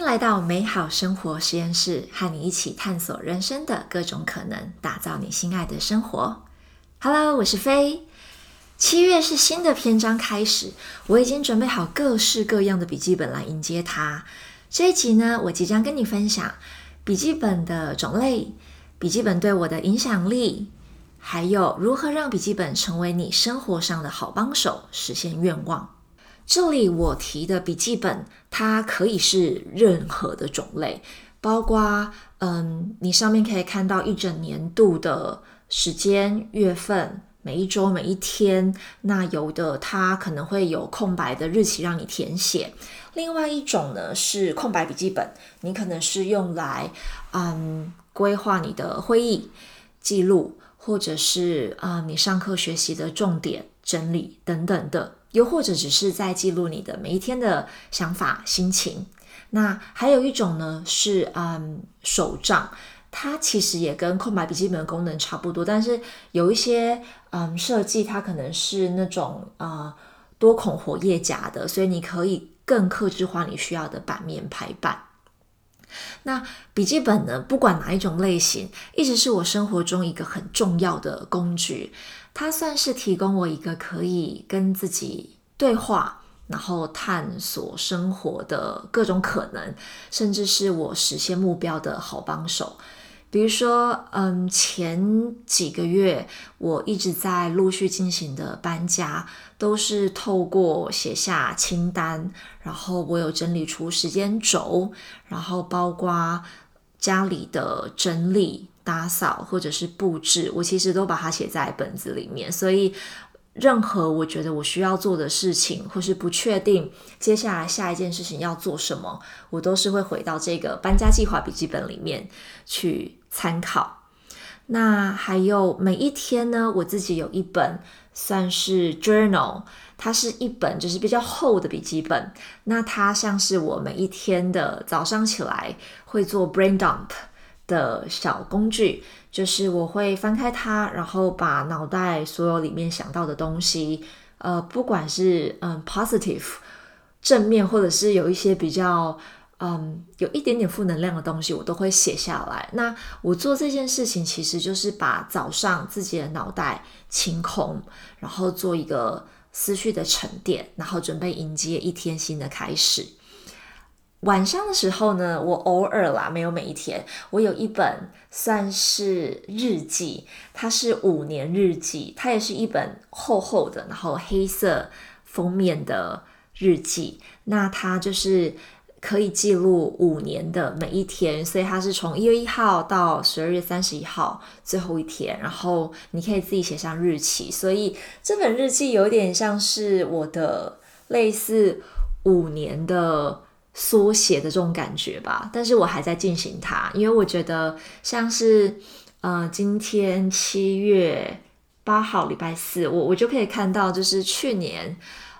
来到美好生活实验室，和你一起探索人生的各种可能，打造你心爱的生活。Hello， 我是飞。7月是新的篇章开始，我已经准备好各式各样的笔记本来迎接它。这一集呢，我即将跟你分享笔记本的种类，笔记本对我的影响力，还有如何让笔记本成为你生活上的好帮手，实现愿望。这里我提的笔记本，它可以是任何的种类，包括你上面可以看到一整年度的时间、月份，每一周、每一天。那有的它可能会有空白的日期让你填写。另外一种呢是空白笔记本，你可能是用来规划你的会议记录，或者是你上课学习的重点整理等等的。又或者只是在记录你的每一天的想法、心情。那还有一种呢是手账，它其实也跟空白笔记本的功能差不多，但是有一些设计它可能是那种多孔活页夹的，所以你可以更客制化你需要的版面排版。那笔记本呢，不管哪一种类型，一直是我生活中一个很重要的工具。它算是提供我一个可以跟自己对话，然后探索生活的各种可能，甚至是我实现目标的好帮手。比如说前几个月我一直在陆续进行的搬家，都是透过写下清单，然后我有整理出时间轴，然后包括家里的整理、打扫或者是布置，我其实都把它写在本子里面。所以任何我觉得我需要做的事情，或是不确定接下来下一件事情要做什么，我都是会回到这个搬家计划笔记本里面去参考。那还有每一天呢，我自己有一本算是 journal， 它是一本就是比较厚的笔记本。那它像是我每一天的早上起来会做 brain dump 的小工具，就是我会翻开它，然后把脑袋所有里面想到的东西，不管是positive 正面，或者是有一些比较有一点点负能量的东西，我都会写下来。那我做这件事情其实就是把早上自己的脑袋清空，然后做一个思绪的沉淀，然后准备迎接一天新的开始。晚上的时候呢，我偶尔啦，没有每一天，我有一本算是日记，它是5年日记，它也是一本厚厚的，然后黑色封面的日记。那它就是可以记录5年的每一天，所以它是从1月1号到12月31号最后一天，然后你可以自己写上日期。所以这本日记有点像是我的类似5年的缩写的这种感觉吧，但是我还在进行它，因为我觉得像是今天7月8号礼拜四，我就可以看到就是去年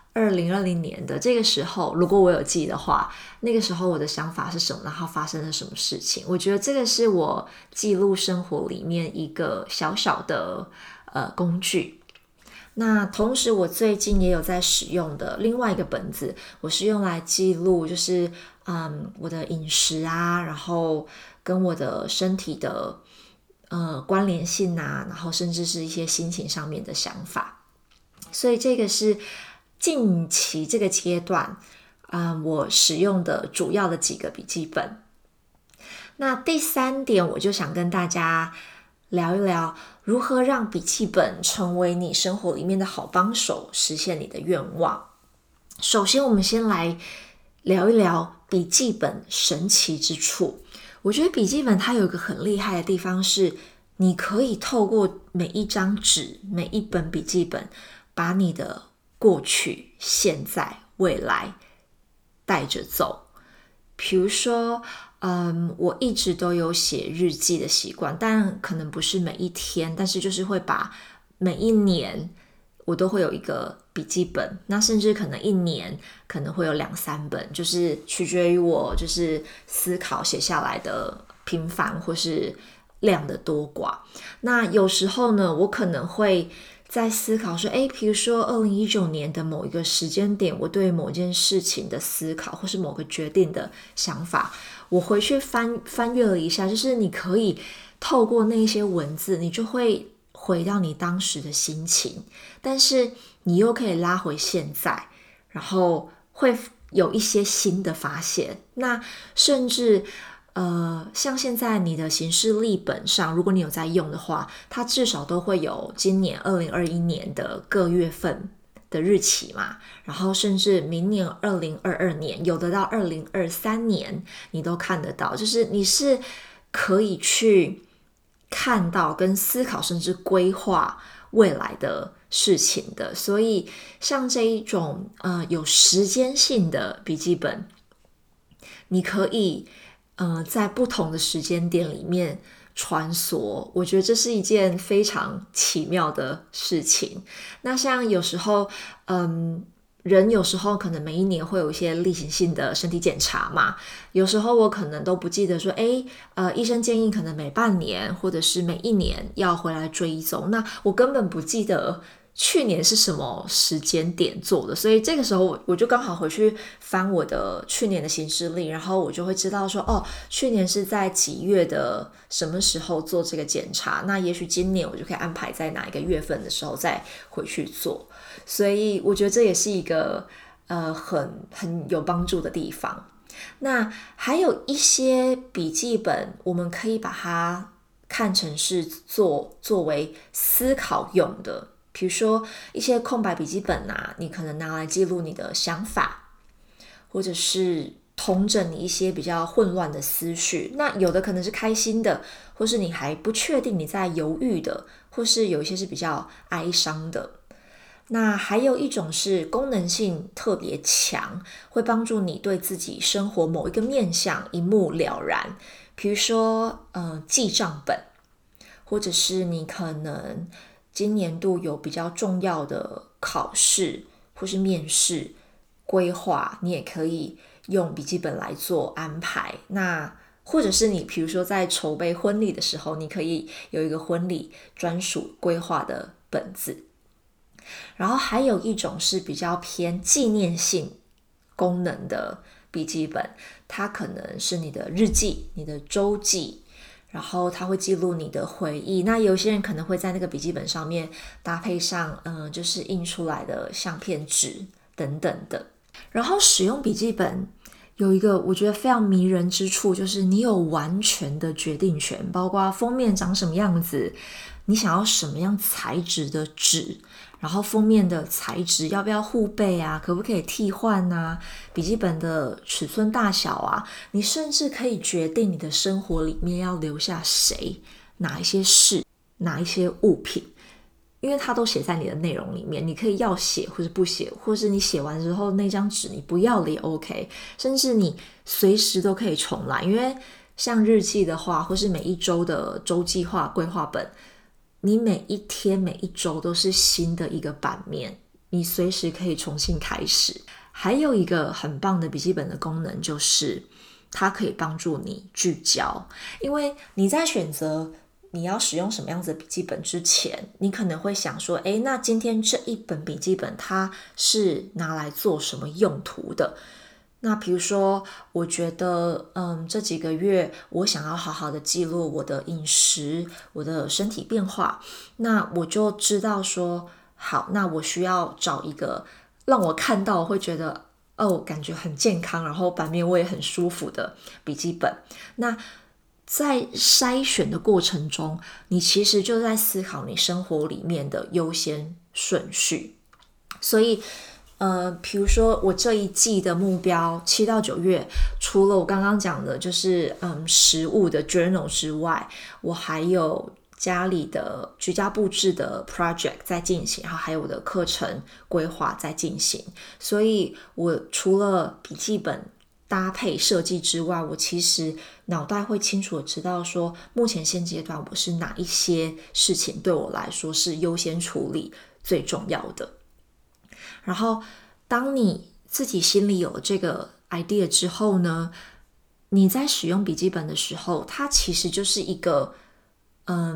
2020年的这个时候，如果我有记的话，那个时候我的想法是什么，然后发生了什么事情。我觉得这个是我记录生活里面一个小小的工具。那同时我最近也有在使用的另外一个本子，我是用来记录就是我的饮食啊，然后跟我的身体的关联性啊，然后甚至是一些心情上面的想法。所以这个是近期这个阶段我使用的主要的几个笔记本。那第3点，我就想跟大家聊一聊如何让笔记本成为你生活里面的好帮手，实现你的愿望。首先我们先来聊一聊笔记本神奇之处。我觉得笔记本它有一个很厉害的地方是，你可以透过每一张纸、每一本笔记本，把你的过去、现在、未来带着走。比如说我一直都有写日记的习惯，但可能不是每一天，但是就是会把每一年我都会有一个笔记本，那甚至可能1年可能会有2-3本，就是取决于我就是思考写下来的频繁或是量的多寡。那有时候呢，我可能会在思考说，比如说2019年的某一个时间点，我对某件事情的思考，或是某个决定的想法，我回去翻阅了一下，就是你可以透过那些文字，你就会回到你当时的心情，但是你又可以拉回现在，然后会有一些新的发现。那甚至像现在你的行事历本上，如果你有在用的话，它至少都会有今年2021年的各月份的日期嘛，然后甚至明年2022年，有的到2023年你都看得到，就是你是可以去看到跟思考甚至规划未来的事情的。所以像这一种有时间性的笔记本，你可以在不同的时间点里面穿梭，我觉得这是一件非常奇妙的事情。那像有时候人有时候可能每一年会有一些例行性的身体检查嘛，有时候我可能都不记得说医生建议可能每半年或者是每一年要回来追踪，那我根本不记得去年是什么时间点做的，所以这个时候我就刚好回去翻我的去年的行事历，然后我就会知道说去年是在几月的什么时候做这个检查，那也许今年我就可以安排在哪一个月份的时候再回去做。所以我觉得这也是一个很有帮助的地方。那还有一些笔记本，我们可以把它看成是作为思考用的，比如说一些空白笔记本啊，你可能拿来记录你的想法，或者是统整你一些比较混乱的思绪。那有的可能是开心的，或是你还不确定你在犹豫的，或是有一些是比较哀伤的。那还有一种是功能性特别强，会帮助你对自己生活某一个面向一目了然，比如说记账本，或者是你可能今年度有比较重要的考试或是面试规划，你也可以用笔记本来做安排。那或者是你比如说在筹备婚礼的时候，你可以有一个婚礼专属规划的本子。然后还有一种是比较偏纪念性功能的笔记本，它可能是你的日记、你的周记，然后它会记录你的回忆。那有些人可能会在那个笔记本上面搭配上就是印出来的相片纸等等的。然后使用笔记本有一个我觉得非常迷人之处，就是你有完全的决定权，包括封面长什么样子，你想要什么样材质的纸，然后封面的材质要不要护背啊，可不可以替换啊，笔记本的尺寸大小啊，你甚至可以决定你的生活里面要留下谁，哪一些事，哪一些物品，因为它都写在你的内容里面，你可以要写或是不写，或是你写完之后那张纸你不要了也 OK， 甚至你随时都可以重来。因为像日记的话，或是每一周的周计划规划本，你每一天每一周都是新的一个版面，你随时可以重新开始。还有一个很棒的笔记本的功能，就是它可以帮助你聚焦。因为你在选择你要使用什么样子的笔记本之前，你可能会想说那今天这一本笔记本它是拿来做什么用途的。那比如说我觉得这几个月我想要好好的记录我的饮食，我的身体变化，那我就知道说好，那我需要找一个让我看到会觉得感觉很健康，然后版面我也很舒服的笔记本。那在筛选的过程中，你其实就在思考你生活里面的优先顺序。所以比如说我这一季的目标7到9月，除了我刚刚讲的就是食物的 journal 之外，我还有家里的居家布置的 project 在进行，然后还有我的课程规划在进行。所以我除了笔记本搭配设计之外，我其实脑袋会清楚的知道说目前现阶段我是哪一些事情对我来说是优先处理最重要的。然后当你自己心里有了这个 idea 之后呢，你在使用笔记本的时候，它其实就是一个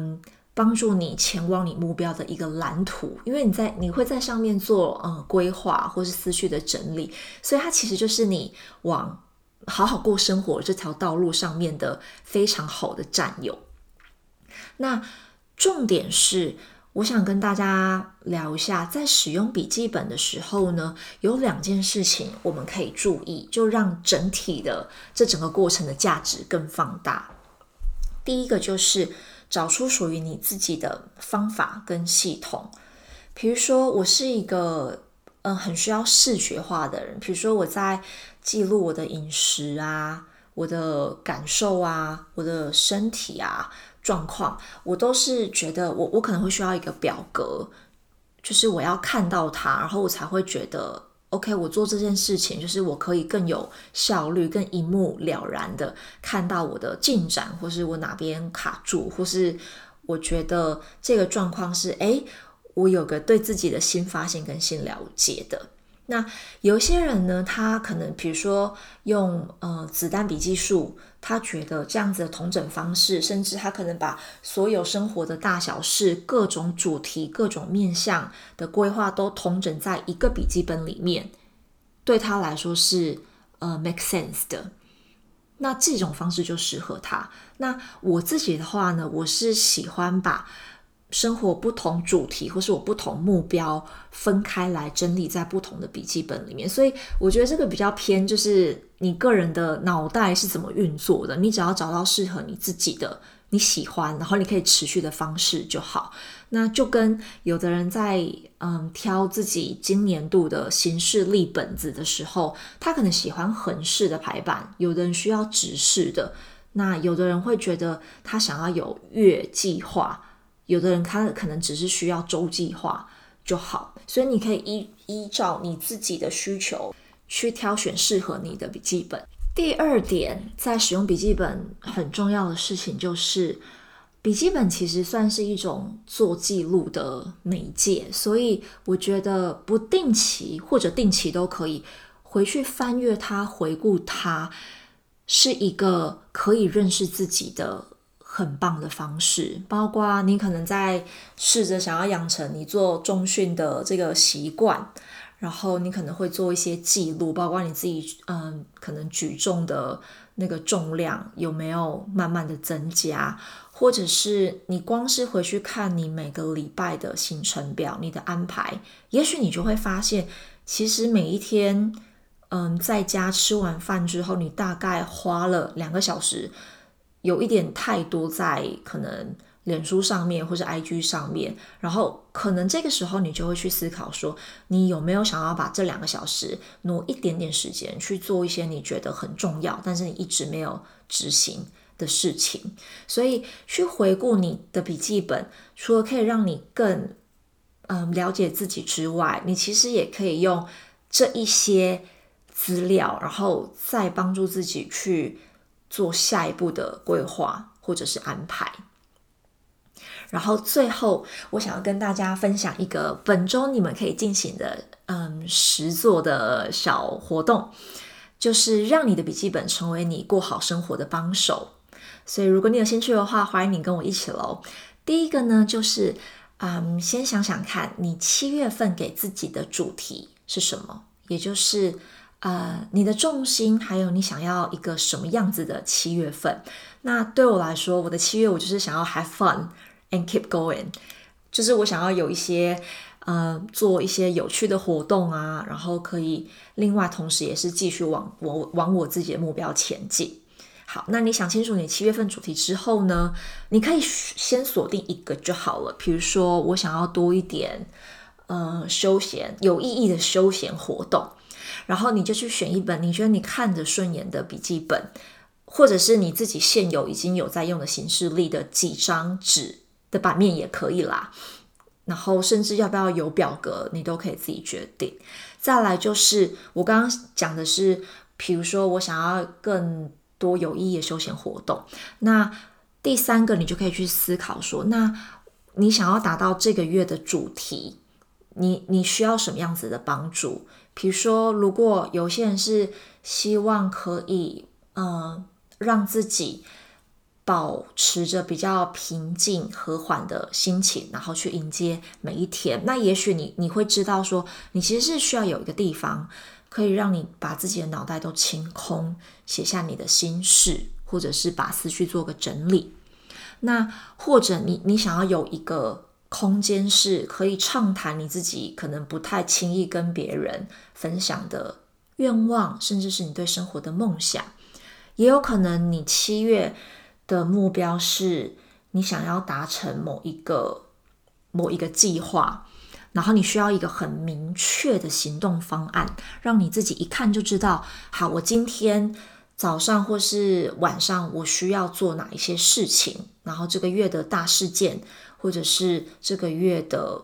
帮助你前往你目标的一个蓝图，因为你会在上面做规划或是思绪的整理，所以它其实就是你往好好过生活这条道路上面的非常好的战友。那重点是，我想跟大家聊一下，在使用笔记本的时候呢，有2件事情我们可以注意，就让整体的这整个过程的价值更放大。第一个就是找出属于你自己的方法跟系统。比如说，我是一个很需要视觉化的人，比如说我在记录我的饮食啊，我的感受啊，我的身体啊状况，我都是觉得我可能会需要一个表格，就是我要看到它，然后我才会觉得 OK， 我做这件事情就是我可以更有效率，更一目了然的看到我的进展，或是我哪边卡住，或是我觉得这个状况是我有个对自己的新发现跟新了解的。那有一些人呢，他可能比如说用子弹笔记术，他觉得这样子的统整方式，甚至他可能把所有生活的大小事、各种主题、各种面向的规划都统整在一个笔记本里面，对他来说是make sense 的。那这种方式就适合他。那我自己的话呢，我是喜欢把生活不同主题或是我不同目标分开来整理在不同的笔记本里面，所以我觉得这个比较偏就是你个人的脑袋是怎么运作的，你只要找到适合你自己的你喜欢然后你可以持续的方式就好。那就跟有的人在挑自己今年度的行事历本子的时候，他可能喜欢横式的排版，有的人需要直式的，那有的人会觉得他想要有月计划，有的人他可能只是需要周计划就好，所以你可以依照你自己的需求去挑选适合你的笔记本。第2点，在使用笔记本很重要的事情就是，笔记本其实算是一种做记录的媒介，所以我觉得不定期或者定期都可以回去翻阅它，回顾它，是一个可以认识自己的很棒的方式。包括你可能在试着想要养成你做重训的这个习惯，然后你可能会做一些记录，包括你自己可能举重的那个重量有没有慢慢的增加，或者是你光是回去看你每个礼拜的行程表，你的安排，也许你就会发现其实每一天在家吃完饭之后，你大概花了2个小时，有一点太多在可能脸书上面或是 IG 上面，然后可能这个时候你就会去思考说，你有没有想要把这2个小时挪一点点时间去做一些你觉得很重要但是你一直没有执行的事情。所以去回顾你的笔记本，除了可以让你更了解自己之外，你其实也可以用这一些资料，然后再帮助自己去做下一步的规划或者是安排。然后最后我想要跟大家分享一个本周你们可以进行的实作的小活动，就是让你的笔记本成为你过好生活的帮手。所以如果你有兴趣的话，欢迎你跟我一起咯。第一个呢，就是先想想看你7月份给自己的主题是什么，也就是你的重心，还有你想要一个什么样子的7月份。那对我来说，我的7月我就是想要 have fun and keep going， 就是我想要有一些做一些有趣的活动啊，然后可以另外同时也是继续往我自己的目标前进。好，那你想清楚你7月份主题之后呢，你可以先锁定一个就好了。比如说我想要多一点休闲有意义的休闲活动，然后你就去选一本你觉得你看着顺眼的笔记本，或者是你自己现有已经有在用的行事历的几张纸的版面也可以啦，然后甚至要不要有表格你都可以自己决定。再来就是我刚刚讲的是比如说我想要更多有意义的休闲活动，那第3个你就可以去思考说，那你想要达到这个月的主题，你需要什么样子的帮助。比如说如果有些人是希望可以让自己保持着比较平静和缓的心情，然后去迎接每一天。那也许你会知道说，你其实是需要有一个地方可以让你把自己的脑袋都清空，写下你的心事，或者是把思绪做个整理。那或者你想要有一个空间是可以畅谈你自己可能不太轻易跟别人分享的愿望，甚至是你对生活的梦想。也有可能你7月的目标是你想要达成某一个计划，然后你需要一个很明确的行动方案，让你自己一看就知道，好，我今天早上或是晚上我需要做哪一些事情，然后这个月的大事件，或者是这个月的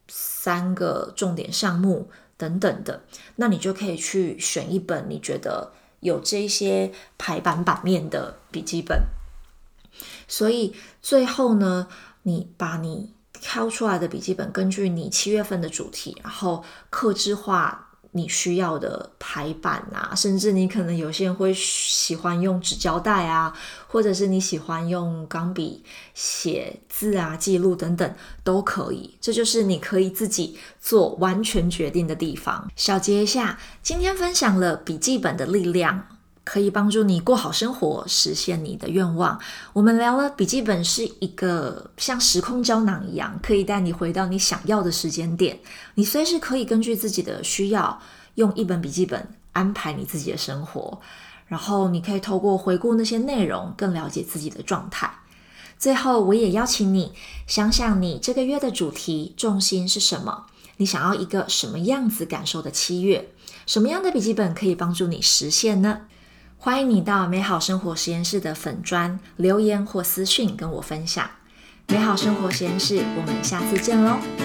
3个重点项目等等的，那你就可以去选一本你觉得有这些排版版面的笔记本。所以最后呢，你把你挑出来的笔记本根据你7月份的主题，然后客制化你需要的排版啊，甚至你可能有些人会喜欢用纸胶带啊，或者是你喜欢用钢笔写字啊、记录等等都可以，这就是你可以自己做完全决定的地方。小结一下，今天分享了笔记本的力量，可以帮助你过好生活，实现你的愿望。我们聊了笔记本是一个像时空胶囊一样，可以带你回到你想要的时间点。你随时可以根据自己的需要，用一本笔记本安排你自己的生活。然后你可以透过回顾那些内容，更了解自己的状态。最后，我也邀请你想想你这个月的主题重心是什么？你想要一个什么样子感受的7月？什么样的笔记本可以帮助你实现呢？欢迎你到美好生活实验室的粉专留言或私讯跟我分享。美好生活实验室，我们下次见咯。